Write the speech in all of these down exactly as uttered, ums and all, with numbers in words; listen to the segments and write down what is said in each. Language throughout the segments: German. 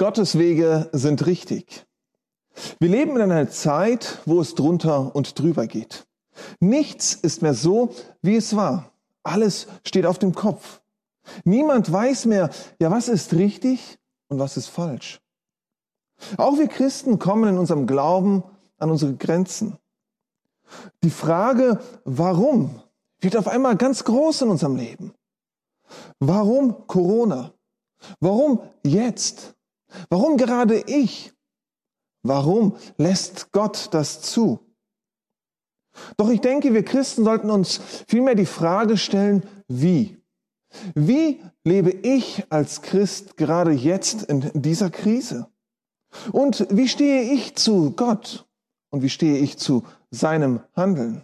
Gottes Wege sind richtig. Wir leben in einer Zeit, wo es drunter und drüber geht. Nichts ist mehr so, wie es war. Alles steht auf dem Kopf. Niemand weiß mehr, ja, was ist richtig und was ist falsch. Auch wir Christen kommen in unserem Glauben an unsere Grenzen. Die Frage, warum, wird auf einmal ganz groß in unserem Leben. Warum Corona? Warum jetzt? Warum gerade ich? Warum lässt Gott das zu? Doch ich denke, wir Christen sollten uns vielmehr die Frage stellen, wie? Wie lebe ich als Christ gerade jetzt in dieser Krise? Und wie stehe ich zu Gott? Und wie stehe ich zu seinem Handeln?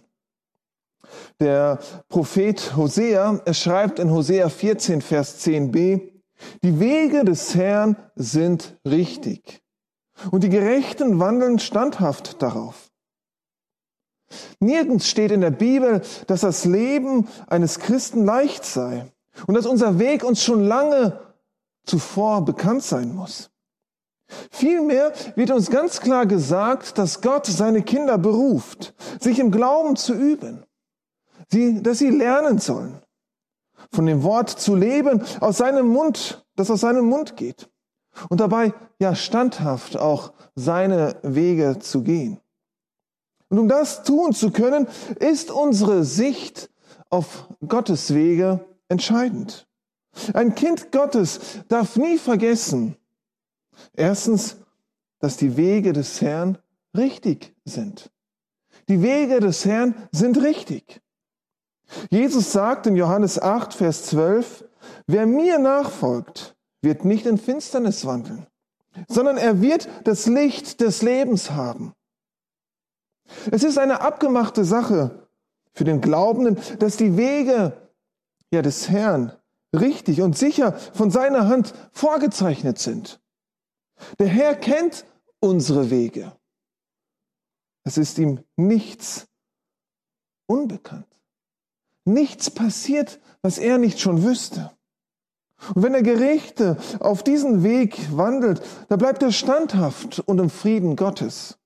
Der Prophet Hosea, er schreibt in Hosea vierzehn, Vers zehn b, die Wege des Herrn sind richtig und die Gerechten wandeln standhaft darauf. Nirgends steht in der Bibel, dass das Leben eines Christen leicht sei und dass unser Weg uns schon lange zuvor bekannt sein muss. Vielmehr wird uns ganz klar gesagt, dass Gott seine Kinder beruft, sich im Glauben zu üben, sie, dass sie lernen sollen, von dem Wort zu leben, aus seinem Mund, das aus seinem Mund geht, und dabei ja standhaft auch seine Wege zu gehen. Und um das tun zu können, ist unsere Sicht auf Gottes Wege entscheidend. Ein Kind Gottes darf nie vergessen, erstens, dass die Wege des Herrn richtig sind. Die Wege des Herrn sind richtig. Jesus sagt in Johannes acht, Vers zwölf, wer mir nachfolgt, wird nicht in Finsternis wandeln, sondern er wird das Licht des Lebens haben. Es ist eine abgemachte Sache für den Glaubenden, dass die Wege ja, des Herrn richtig und sicher von seiner Hand vorgezeichnet sind. Der Herr kennt unsere Wege. Es ist ihm nichts unbekannt. Nichts passiert, was er nicht schon wüsste. Und wenn der Gerechte auf diesen Weg wandelt, da bleibt er standhaft und im Frieden Gottes.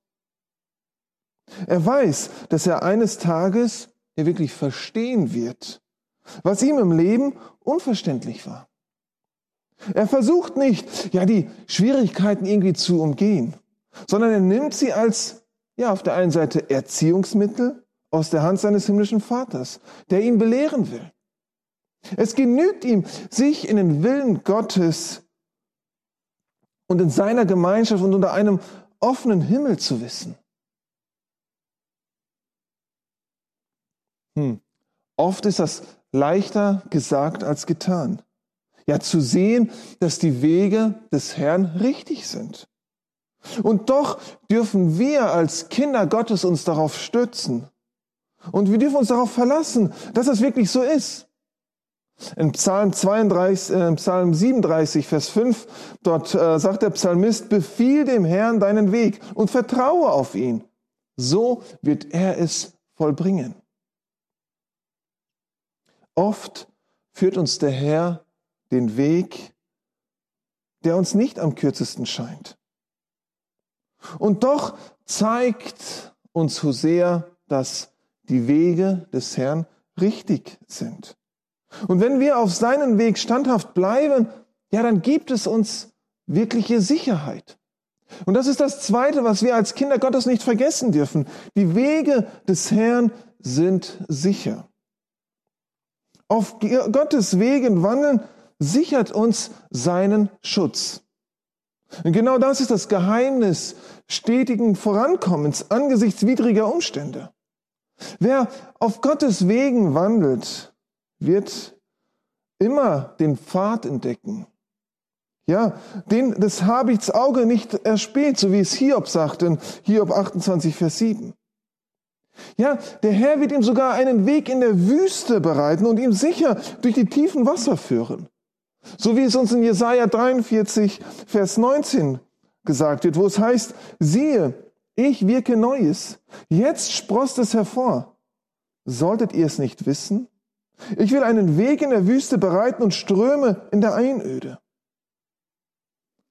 Er weiß, dass er eines Tages er wirklich verstehen wird, was ihm im Leben unverständlich war. Er versucht nicht, ja, die Schwierigkeiten irgendwie zu umgehen, sondern er nimmt sie als, ja, auf der einen Seite Erziehungsmittel aus der Hand seines himmlischen Vaters, der ihn belehren will. Es genügt ihm, sich in den Willen Gottes und in seiner Gemeinschaft und unter einem offenen Himmel zu wissen. Hm. Oft ist das leichter gesagt als getan. Ja, zu sehen, dass die Wege des Herrn richtig sind. Und doch dürfen wir als Kinder Gottes uns darauf stützen. Und wir dürfen uns darauf verlassen, dass es wirklich so ist. In Psalm zweiunddreißig, äh, Psalm siebenunddreißig, Vers fünf, dort äh, sagt der Psalmist, befiehl dem Herrn deinen Weg und vertraue auf ihn. So wird er es vollbringen. Oft führt uns der Herr den Weg, der uns nicht am kürzesten scheint. Und doch zeigt uns Hosea, dass die Wege des Herrn richtig sind. Und wenn wir auf seinen Weg standhaft bleiben, ja, dann gibt es uns wirkliche Sicherheit. Und das ist das Zweite, was wir als Kinder Gottes nicht vergessen dürfen. Die Wege des Herrn sind sicher. Auf Gottes Wegen wandeln sichert uns seinen Schutz. Und genau das ist das Geheimnis stetigen Vorankommens angesichts widriger Umstände. Wer auf Gottes Wegen wandelt, wird immer den Pfad entdecken. Ja, den des Habichts Auge nicht erspäht, so wie es Hiob sagt in Hiob achtundzwanzig, Vers sieben. Ja, der Herr wird ihm sogar einen Weg in der Wüste bereiten und ihm sicher durch die tiefen Wasser führen. So wie es uns in Jesaja dreiundvierzig, Vers neunzehn gesagt wird, wo es heißt, siehe, ich wirke Neues, jetzt sproßt es hervor. Solltet ihr es nicht wissen? Ich will einen Weg in der Wüste bereiten und Ströme in der Einöde.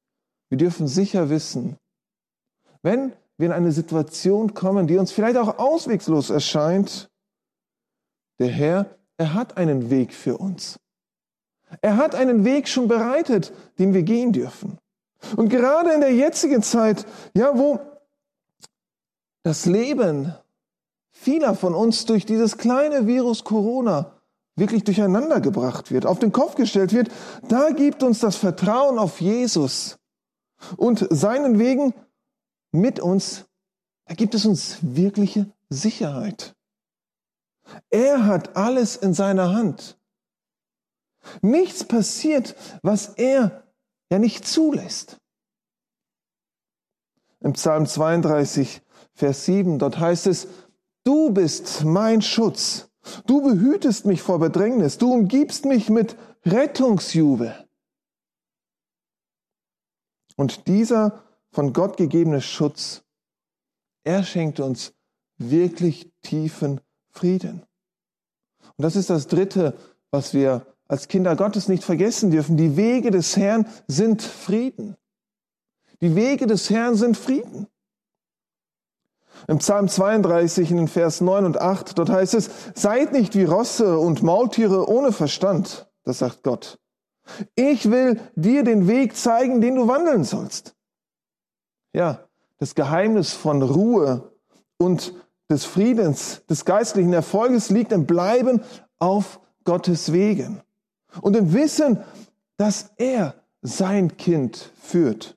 wir dürfen sicher wissen, wenn wir in eine Situation kommen, die uns vielleicht auch ausweglos erscheint, der Herr, er hat einen Weg für uns. Er hat einen Weg schon bereitet, den wir gehen dürfen. Und gerade in der jetzigen Zeit, ja, wo das Leben vieler von uns durch dieses kleine Virus Corona wirklich durcheinander gebracht wird, auf den Kopf gestellt wird, da gibt uns das Vertrauen auf Jesus und seinen Wegen mit uns, da gibt es uns wirkliche Sicherheit. Er hat alles in seiner Hand. Nichts passiert, was er ja nicht zulässt. Im Psalm zweiunddreißig, Vers sieben, dort heißt es, du bist mein Schutz, du behütest mich vor Bedrängnis, du umgibst mich mit Rettungsjubel. Und dieser von Gott gegebene Schutz, er schenkt uns wirklich tiefen Frieden. Und das ist das Dritte, was wir als Kinder Gottes nicht vergessen dürfen. Die Wege des Herrn sind Frieden. Die Wege des Herrn sind Frieden. Im Psalm zweiunddreißig in den Vers neun und acht, dort heißt es, seid nicht wie Rosse und Maultiere ohne Verstand, das sagt Gott. Ich will dir den Weg zeigen, den du wandeln sollst. Ja, das Geheimnis von Ruhe und des Friedens, des geistlichen Erfolges liegt im Bleiben auf Gottes Wegen und im Wissen, dass er sein Kind führt.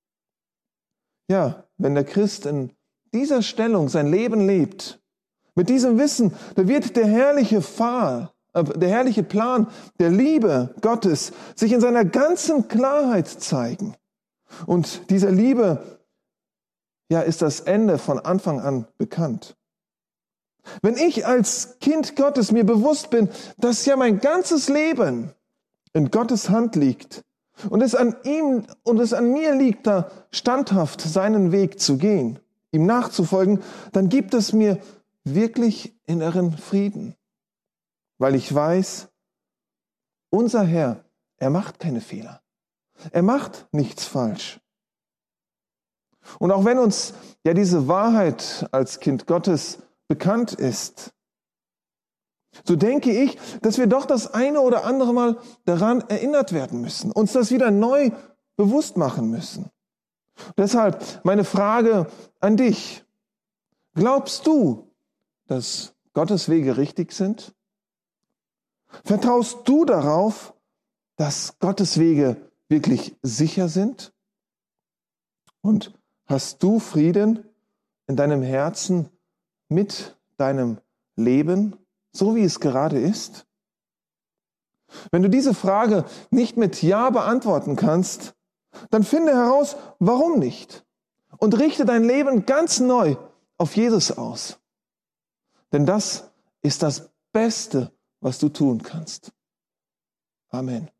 Ja, wenn der Christ in dieser Stellung sein Leben lebt, mit diesem Wissen, da wird der herrliche Pfahl, äh, der herrliche Plan der Liebe Gottes sich in seiner ganzen Klarheit zeigen. Und dieser Liebe, ja, ist das Ende von Anfang an bekannt. Wenn ich als Kind Gottes mir bewusst bin, dass ja mein ganzes Leben in Gottes Hand liegt und es an ihm und es an mir liegt, da standhaft seinen Weg zu gehen, ihm nachzufolgen, dann gibt es mir wirklich inneren Frieden, weil ich weiß, unser Herr, er macht keine Fehler. Er macht nichts falsch. Und auch wenn uns ja diese Wahrheit als Kind Gottes bekannt ist, so denke ich, dass wir doch das eine oder andere Mal daran erinnert werden müssen, uns das wieder neu bewusst machen müssen. Deshalb meine Frage an dich. Glaubst du, dass Gottes Wege richtig sind? Vertraust du darauf, dass Gottes Wege wirklich sicher sind? Und hast du Frieden in deinem Herzen mit deinem Leben, so wie es gerade ist? Wenn du diese Frage nicht mit Ja beantworten kannst, dann finde heraus, warum nicht. Und richte dein Leben ganz neu auf Jesus aus. Denn das ist das Beste, was du tun kannst. Amen.